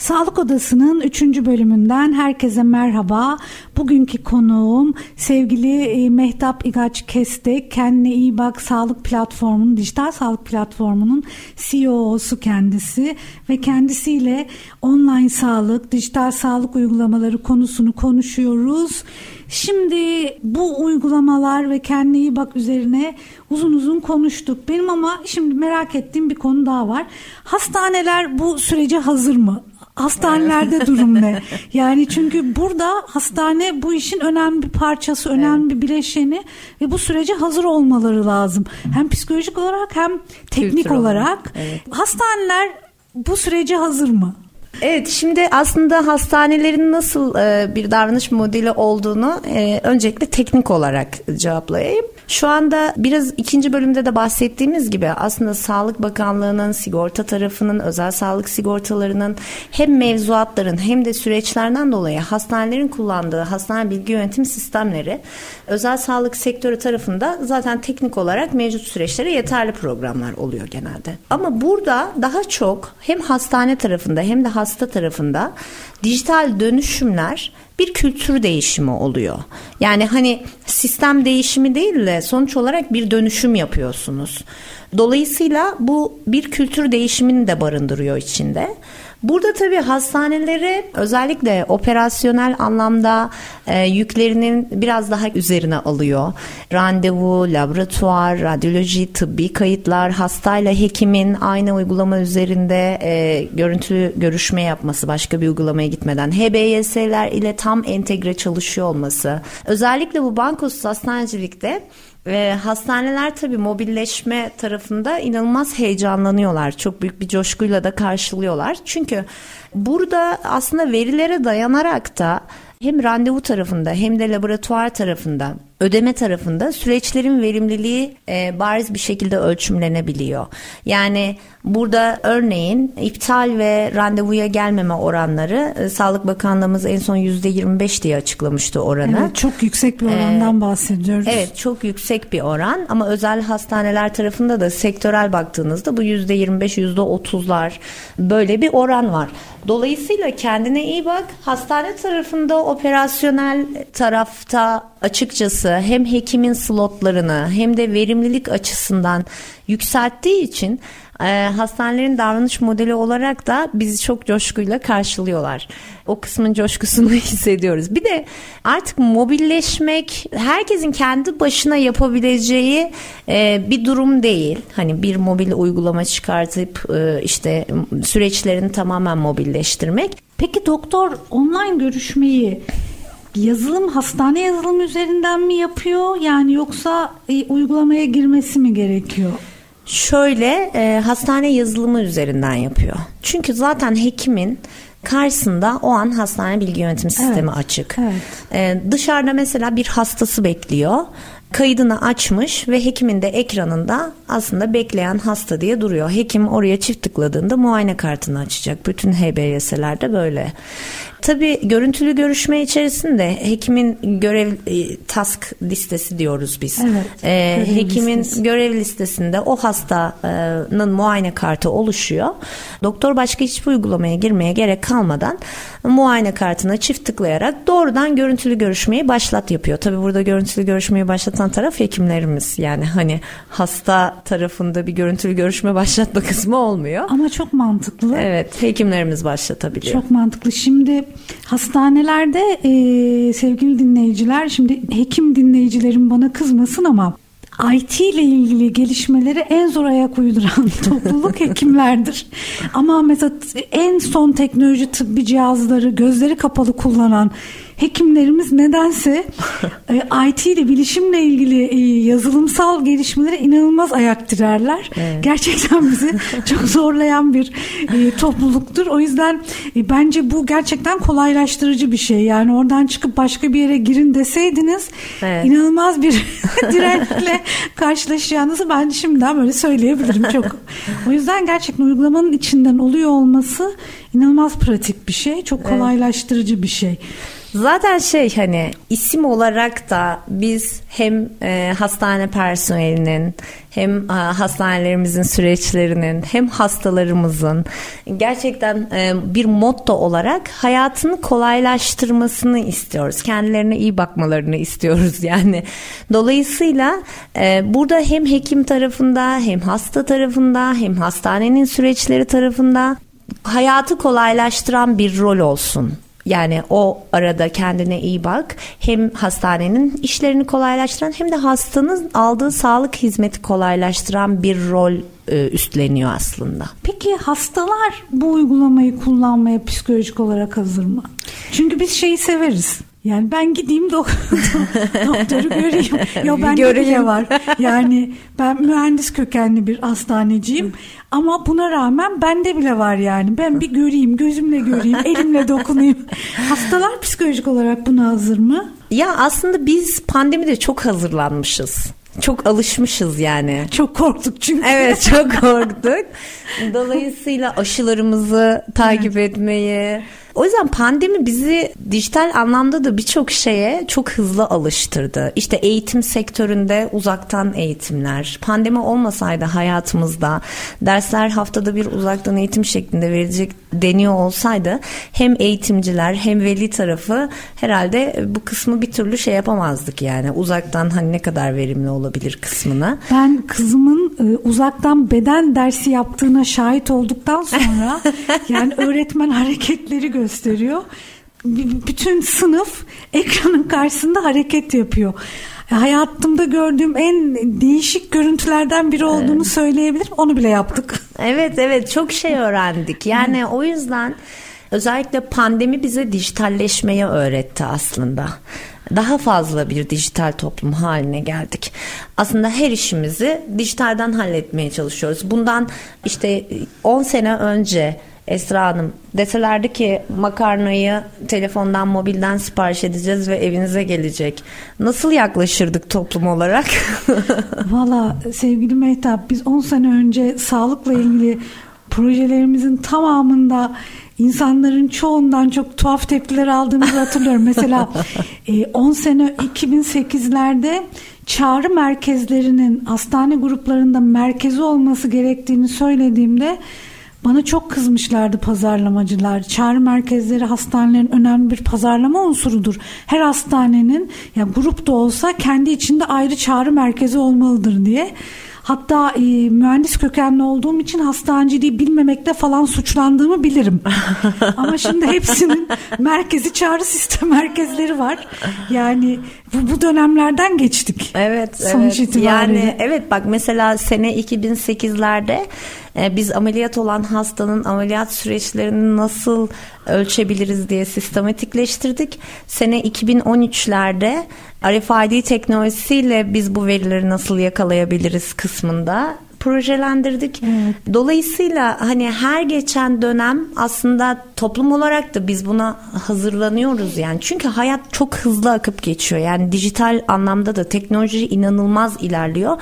Sağlık Odası'nın 3. bölümünden herkese merhaba. Bugünkü konuğum sevgili Mehtap İgaç Kestek. Kendine iyi bak sağlık platformunun, dijital sağlık platformunun CEO'su kendisi ve kendisiyle online sağlık, dijital sağlık uygulamaları konusunu konuşuyoruz. Şimdi bu uygulamalar ve kendine iyi bak üzerine uzun uzun konuştuk. Benim ama şimdi merak ettiğim bir konu daha var. Hastaneler bu sürece hazır mı? Hastanelerde durum ne? Yani çünkü burada hastane bu işin önemli bir parçası, önemli bir bileşeni ve bu sürece hazır olmaları lazım. Hem psikolojik olarak hem teknik olarak. Evet. Hastaneler bu sürece hazır mı? Evet, şimdi aslında hastanelerin nasıl bir davranış modeli olduğunu öncelikle teknik olarak cevaplayayım. Şu anda biraz ikinci bölümde de bahsettiğimiz gibi aslında Sağlık Bakanlığı'nın, sigorta tarafının, özel sağlık sigortalarının hem mevzuatların hem de süreçlerden dolayı hastanelerin kullandığı hastane bilgi yönetim sistemleri özel sağlık sektörü tarafında zaten teknik olarak mevcut süreçlere yeterli programlar oluyor genelde. Ama burada daha çok hem hastane tarafında hem de hasta tarafında dijital dönüşümler bir kültür değişimi oluyor. Yani hani sistem değişimi değil de sonuç olarak bir dönüşüm yapıyorsunuz. Dolayısıyla bu bir kültür değişimini de barındırıyor içinde. Burada tabii hastaneleri özellikle operasyonel anlamda yüklerinin biraz daha üzerine alıyor. Randevu, laboratuvar, radyoloji, tıbbi kayıtlar, hastayla hekimin aynı uygulama üzerinde görüntülü görüşme yapması başka bir uygulamaya gitmeden, HBS'ler ile tam entegre çalışıyor olması. Özellikle bu bankosuz hastanecilikte hastaneler tabii mobilleşme tarafında inanılmaz heyecanlanıyorlar. Çok büyük bir coşkuyla da karşılıyorlar. Çünkü burada aslında verilere dayanarak da hem randevu tarafında hem de laboratuvar tarafında, ödeme tarafında süreçlerin verimliliği bariz bir şekilde ölçümlenebiliyor. Yani burada örneğin iptal ve randevuya gelmeme oranları Sağlık Bakanlığımız en son %25 diye açıklamıştı oranı. Evet, çok yüksek bir orandan bahsediyoruz. Evet, çok yüksek bir oran ama özel hastaneler tarafında da sektörel baktığınızda bu %25, %30'lar böyle bir oran var. Dolayısıyla kendine iyi bak, hastane tarafında operasyonel tarafta açıkçası hem hekimin slotlarını hem de verimlilik açısından yükselttiği için hastanelerin davranış modeli olarak da bizi çok coşkuyla karşılıyorlar. O kısmın coşkusunu hissediyoruz. Bir de artık mobilleşmek herkesin kendi başına yapabileceği bir durum değil. Hani bir mobil uygulama çıkartıp işte süreçlerini tamamen mobilleştirmek. Peki doktor online görüşmeyi hastane yazılımı üzerinden mi yapıyor? Yani yoksa uygulamaya girmesi mi gerekiyor? Şöyle hastane yazılımı üzerinden yapıyor. Çünkü zaten hekimin karşısında o an hastane bilgi yönetim sistemi açık. Evet. Dışarıda mesela bir hastası bekliyor. Kaydını açmış ve hekimin de ekranında aslında bekleyen hasta diye duruyor. Hekim oraya çift tıkladığında muayene kartını açacak. Bütün HBS'lerde böyle. Tabii görüntülü görüşme içerisinde hekimin görev task listesi diyoruz biz. Evet, hekimin listesi. Görev listesinde o hastanın muayene kartı oluşuyor. Doktor başka hiçbir uygulamaya girmeye gerek kalmadan muayene kartına çift tıklayarak doğrudan görüntülü görüşmeyi başlat yapıyor. Tabii burada görüntülü görüşmeyi başlatan taraf hekimlerimiz. Yani hani hasta tarafında bir görüntülü görüşme başlatma kısmı olmuyor. Ama çok mantıklı. Evet, hekimlerimiz başlatabiliyor. Çok mantıklı. Şimdi hastanelerde sevgili dinleyiciler, şimdi hekim dinleyicilerim bana kızmasın ama IT ile ilgili gelişmeleri en zor ayak uyduran topluluk hekimlerdir. Ama mesela en son teknoloji tıbbi cihazları gözleri kapalı kullanan hekimlerimiz nedense IT ile bilişimle ilgili yazılımsal gelişmelere inanılmaz ayak direrler. Evet. Gerçekten bizi çok zorlayan bir topluluktur. O yüzden bence bu gerçekten kolaylaştırıcı bir şey. Yani oradan çıkıp başka bir yere girin deseydiniz inanılmaz bir dirençle karşılaşacağınızı ben şimdiden böyle söyleyebilirim çok. O yüzden gerçekten uygulamanın içinden oluyor olması inanılmaz pratik bir şey. Çok kolaylaştırıcı bir şey. Zaten hani isim olarak da biz hem hastane personelinin hem hastanelerimizin süreçlerinin hem hastalarımızın gerçekten bir motto olarak hayatını kolaylaştırmasını istiyoruz. Kendilerine iyi bakmalarını istiyoruz yani. Dolayısıyla burada hem hekim tarafında hem hasta tarafında hem hastanenin süreçleri tarafında hayatı kolaylaştıran bir rol olsun. Yani o arada kendine iyi bak. Hem hastanenin işlerini kolaylaştıran hem de hastanın aldığı sağlık hizmeti kolaylaştıran bir rol üstleniyor aslında. Peki hastalar bu uygulamayı kullanmaya psikolojik olarak hazır mı? Çünkü biz severiz. Yani ben gideyim doktoru göreyim. Ya bende bile var. Yani ben mühendis kökenli bir hastaneciyim. Ama buna rağmen bende bile var yani. Ben bir göreyim, gözümle göreyim, elimle dokunayım. Hastalar psikolojik olarak buna hazır mı? Ya aslında biz pandemide çok hazırlanmışız. Çok alışmışız yani. Çok korktuk çünkü. Evet, çok korktuk. Dolayısıyla aşılarımızı takip etmeyi. O yüzden pandemi bizi dijital anlamda da birçok şeye çok hızlı alıştırdı. İşte eğitim sektöründe uzaktan eğitimler. Pandemi olmasaydı hayatımızda dersler haftada bir uzaktan eğitim şeklinde verilecek deniyor olsaydı hem eğitimciler hem veli tarafı herhalde bu kısmı bir türlü yapamazdık yani. Uzaktan ne kadar verimli olabilir kısmını. Ben kızımın uzaktan beden dersi yaptığına şahit olduktan sonra yani öğretmen hareketleri gösteriyor. Bütün sınıf ekranın karşısında hareket yapıyor. Hayatımda gördüğüm en değişik görüntülerden biri olduğunu söyleyebilirim. Onu bile yaptık. Evet çok öğrendik. Yani o yüzden özellikle pandemi bize dijitalleşmeyi öğretti aslında. Daha fazla bir dijital toplum haline geldik. Aslında her işimizi dijitalden halletmeye çalışıyoruz. Bundan 10 sene önce Esra Hanım deselerdi ki makarnayı telefondan, mobilden sipariş edeceğiz ve evinize gelecek. Nasıl yaklaşırdık toplum olarak? Valla sevgili Mehtap, biz 10 sene önce sağlıkla ilgili projelerimizin tamamında insanların çoğundan çok tuhaf tepkiler aldığımızı hatırlıyorum. Mesela 10 sene 2008'lerde çağrı merkezlerinin hastane gruplarında merkezi olması gerektiğini söylediğimde bana çok kızmışlardı pazarlamacılar. Çağrı merkezleri hastanelerin önemli bir pazarlama unsurudur. Her hastanenin grup da olsa kendi içinde ayrı çağrı merkezi olmalıdır diye. Hatta mühendis kökenli olduğum için hastancılığı bilmemekle falan suçlandığımı bilirim. Ama şimdi hepsinin merkezi çağrı sistem merkezleri var. Yani bu dönemlerden geçtik. Evet. Sonuç itibariyle. Yani evet, bak mesela sene 2008'lerde biz ameliyat olan hastanın ameliyat süreçlerini nasıl ölçebiliriz diye sistematikleştirdik. Sene 2013'lerde RFID teknolojisiyle biz bu verileri nasıl yakalayabiliriz kısmında projelendirdik. Evet. Dolayısıyla her geçen dönem aslında toplum olarak da biz buna hazırlanıyoruz yani. Çünkü hayat çok hızlı akıp geçiyor. Yani dijital anlamda da teknoloji inanılmaz ilerliyor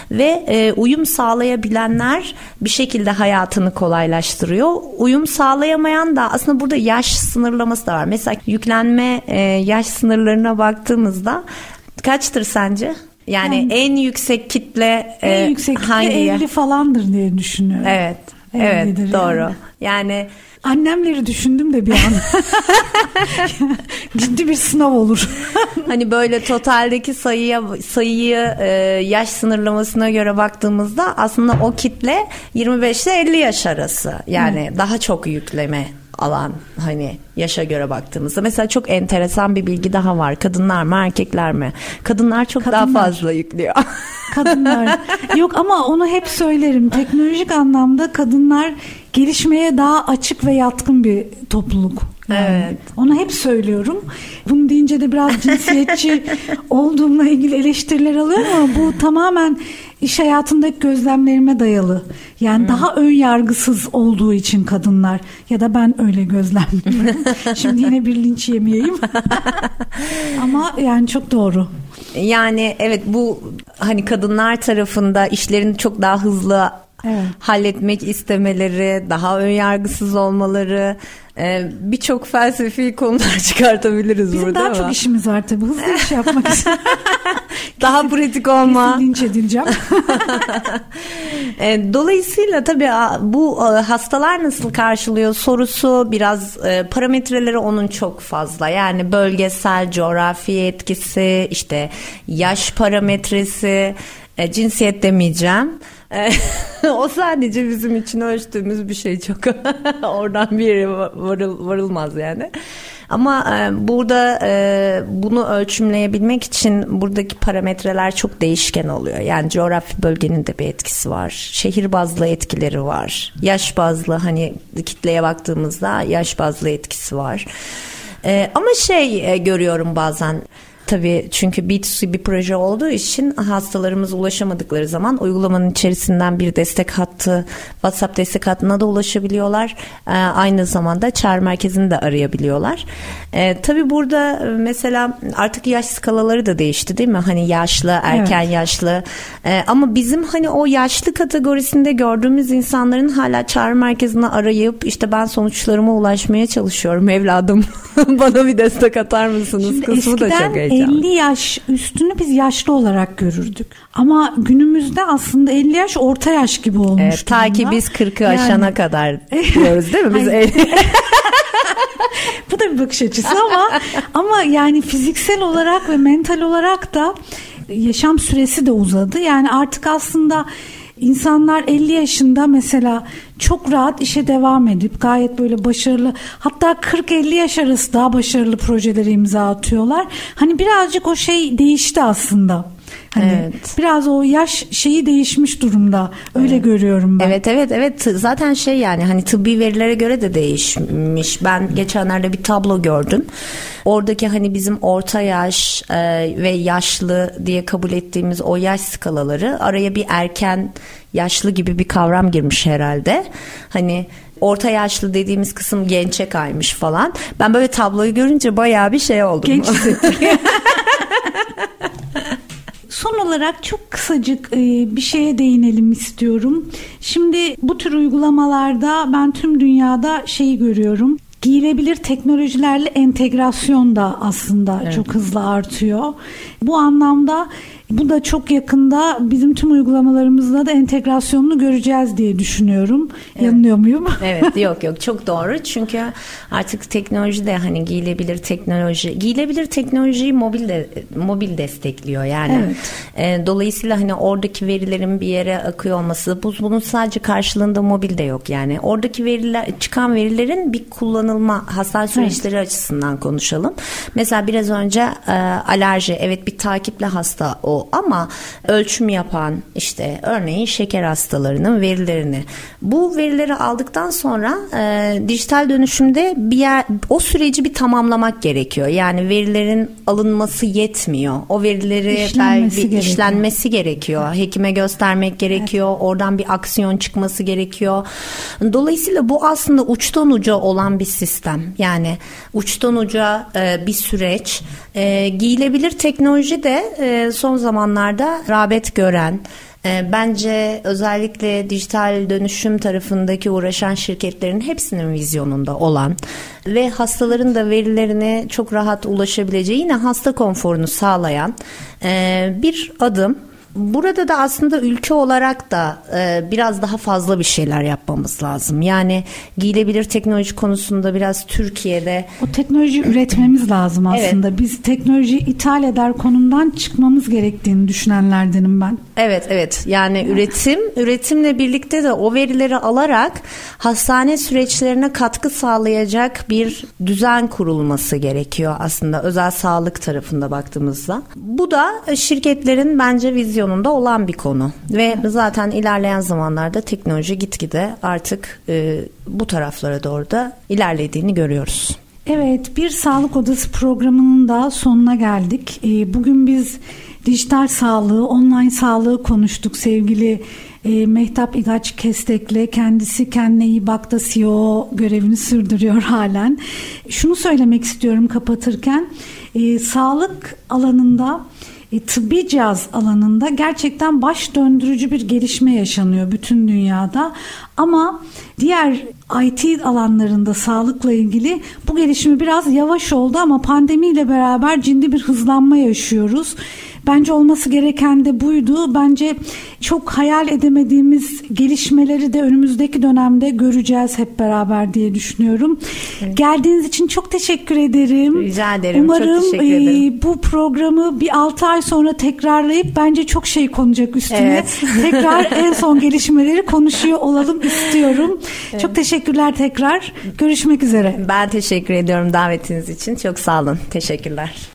ve uyum sağlayabilenler bir şekilde hayatını kolaylaştırıyor. Uyum sağlayamayan da aslında burada yaş sınırlaması da var. Mesela yüklenme yaş sınırlarına baktığımızda kaçtır sence? Yani en yüksek kitle en yüksek kitle hangi 50 falandır diye düşünüyorum. Evet. Evet, doğru. Yani annemleri düşündüm de bir an. Ciddi bir sınav olur. Böyle totaldeki sayıyı yaş sınırlamasına göre baktığımızda aslında o kitle 25 ile 50 yaş arası. Yani daha çok yükleme alan yaşa göre baktığımızda. Mesela çok enteresan bir bilgi daha var. Kadınlar mı erkekler mi? Kadınlar çok daha fazla yüklüyor. Kadınlar. Yok ama onu hep söylerim. Teknolojik anlamda kadınlar gelişmeye daha açık ve yatkın bir topluluk. Yani evet. Onu hep söylüyorum. Bunu deyince de biraz cinsiyetçi olduğumla ilgili eleştiriler alıyorum ama bu tamamen iş hayatındaki gözlemlerime dayalı. Yani daha ön yargısız olduğu için kadınlar, ya da ben öyle gözlemliyorum. Şimdi yine bir linç yemeyeyim. Ama yani çok doğru. Yani evet, bu kadınlar tarafında işlerini çok daha hızlı halletmek istemeleri, daha önyargısız olmaları, Birçok felsefi konular çıkartabiliriz bizim burada. Bizim daha çok işimiz var tabii. Hızlı iş yapmak için. Daha pratik olma. Kesin linç edileceğim. Dolayısıyla tabii bu hastalar nasıl karşılıyor sorusu biraz parametreleri onun çok fazla. Yani bölgesel, coğrafi etkisi, işte yaş parametresi, cinsiyet demeyeceğim. O sadece bizim için ölçtüğümüz bir şey, çok oradan bir yere varılmaz yani. Ama burada bunu ölçümleyebilmek için buradaki parametreler çok değişken oluyor. Yani coğrafi bölgenin de bir etkisi var. Şehir bazlı etkileri var. Yaş bazlı, hani kitleye baktığımızda yaş bazlı etkisi var. Ama görüyorum bazen. Tabii çünkü B2C bir proje olduğu için hastalarımız ulaşamadıkları zaman uygulamanın içerisinden bir destek hattı, WhatsApp destek hattına da ulaşabiliyorlar. Aynı zamanda çağrı merkezini de arayabiliyorlar. Tabii burada mesela artık yaş skalaları da değişti değil mi? Hani yaşlı, erken yaşlı. Ama bizim hani o yaşlı kategorisinde gördüğümüz insanların hala çağrı merkezini arayıp işte ben sonuçlarıma ulaşmaya çalışıyorum evladım. Bana bir destek atar mısınız? Şimdi kısmı da çok heyecanlı. 50 yaş üstünü biz yaşlı olarak görürdük. Ama günümüzde aslında 50 yaş orta yaş gibi olmuş. Ta ki biz 40'ı aşana kadar diyoruz değil mi? Biz 50. Bu da bir bakış açısı ama yani fiziksel olarak ve mental olarak da yaşam süresi de uzadı. Yani artık aslında İnsanlar 50 yaşında mesela çok rahat işe devam edip gayet böyle başarılı, hatta 40-50 yaş arası daha başarılı projelere imza atıyorlar. Hani birazcık o şey değişti aslında. Hani biraz o yaş şeyi değişmiş durumda. Öyle görüyorum ben. Evet. Zaten yani hani tıbbi verilere göre de değişmiş. Ben geçenlerde bir tablo gördüm. Oradaki hani bizim orta yaş ve yaşlı diye kabul ettiğimiz o yaş skalaları, araya bir erken yaşlı gibi bir kavram girmiş herhalde. Hani orta yaşlı dediğimiz kısım gençe kaymış falan. Ben böyle tabloyu görünce bayağı bir oldum. Genç hissettim. Son olarak çok kısacık bir şeye değinelim istiyorum. Şimdi bu tür uygulamalarda ben tüm dünyada görüyorum. Giyilebilir teknolojilerle entegrasyon da aslında çok hızlı artıyor. Bu anlamda bu da çok yakında bizim tüm uygulamalarımızda da entegrasyonunu göreceğiz diye düşünüyorum. Evet. Yanılıyor muyum? Evet, yok çok doğru. Çünkü artık teknoloji de hani giyilebilir teknolojiyi mobil destekliyor yani. Evet. Dolayısıyla hani oradaki verilerin bir yere akıyor olması, bunun sadece karşılığında mobil de yok yani. Oradaki çıkan verilerin bir kullanılma hastane süreçleri açısından konuşalım. Mesela biraz önce alerji, bir takiple hasta o, ama ölçüm yapan işte örneğin şeker hastalarının verilerini, bu verileri aldıktan sonra dijital dönüşümde o süreci bir tamamlamak gerekiyor. Yani verilerin alınması yetmiyor. O verileri işlenmesi gerekiyor. Hekime göstermek gerekiyor. Evet. Oradan bir aksiyon çıkması gerekiyor. Dolayısıyla bu aslında uçtan uca olan bir sistem. Yani uçtan uca bir süreç. Giyilebilir teknoloji de son zamanlarda rağbet gören, bence özellikle dijital dönüşüm tarafındaki uğraşan şirketlerin hepsinin vizyonunda olan ve hastaların da verilerine çok rahat ulaşabileceği, yine hasta konforunu sağlayan bir adım. Burada da aslında ülke olarak da biraz daha fazla bir şeyler yapmamız lazım. Yani giyilebilir teknoloji konusunda biraz Türkiye'de o teknolojiyi üretmemiz lazım aslında. Evet. Biz teknolojiyi ithal eder konumdan çıkmamız gerektiğini düşünenlerdenim ben. Evet. Yani üretimle birlikte de o verileri alarak hastane süreçlerine katkı sağlayacak bir düzen kurulması gerekiyor aslında özel sağlık tarafında baktığımızda. Bu da şirketlerin bence vizyonunda olan bir konu ve zaten ilerleyen zamanlarda teknoloji gitgide artık bu taraflara doğru da ilerlediğini görüyoruz. Evet, bir Sağlık Odası programının da sonuna geldik. Bugün biz dijital sağlığı, online sağlığı konuştuk sevgili Mehtap İgaç Kestek'le. Kendisi Kendine İyi Bak'ta CEO görevini sürdürüyor halen. Şunu söylemek istiyorum kapatırken, sağlık alanında, tıbbi cihaz alanında gerçekten baş döndürücü bir gelişme yaşanıyor bütün dünyada. Ama diğer IT alanlarında sağlıkla ilgili bu gelişme biraz yavaş oldu ama pandemiyle beraber ciddi bir hızlanma yaşıyoruz. Bence olması gereken de buydu. Bence çok hayal edemediğimiz gelişmeleri de önümüzdeki dönemde göreceğiz hep beraber diye düşünüyorum. Evet. Geldiğiniz için çok teşekkür ederim. Rica ederim. Umarım çok teşekkür ederim. Bu programı bir 6 ay sonra tekrarlayıp bence çok şey konacak üstüne. Evet. Tekrar en son gelişmeleri konuşuyor olalım istiyorum. Evet. Çok teşekkürler tekrar. Görüşmek üzere. Ben teşekkür ediyorum davetiniz için. Çok sağ olun. Teşekkürler.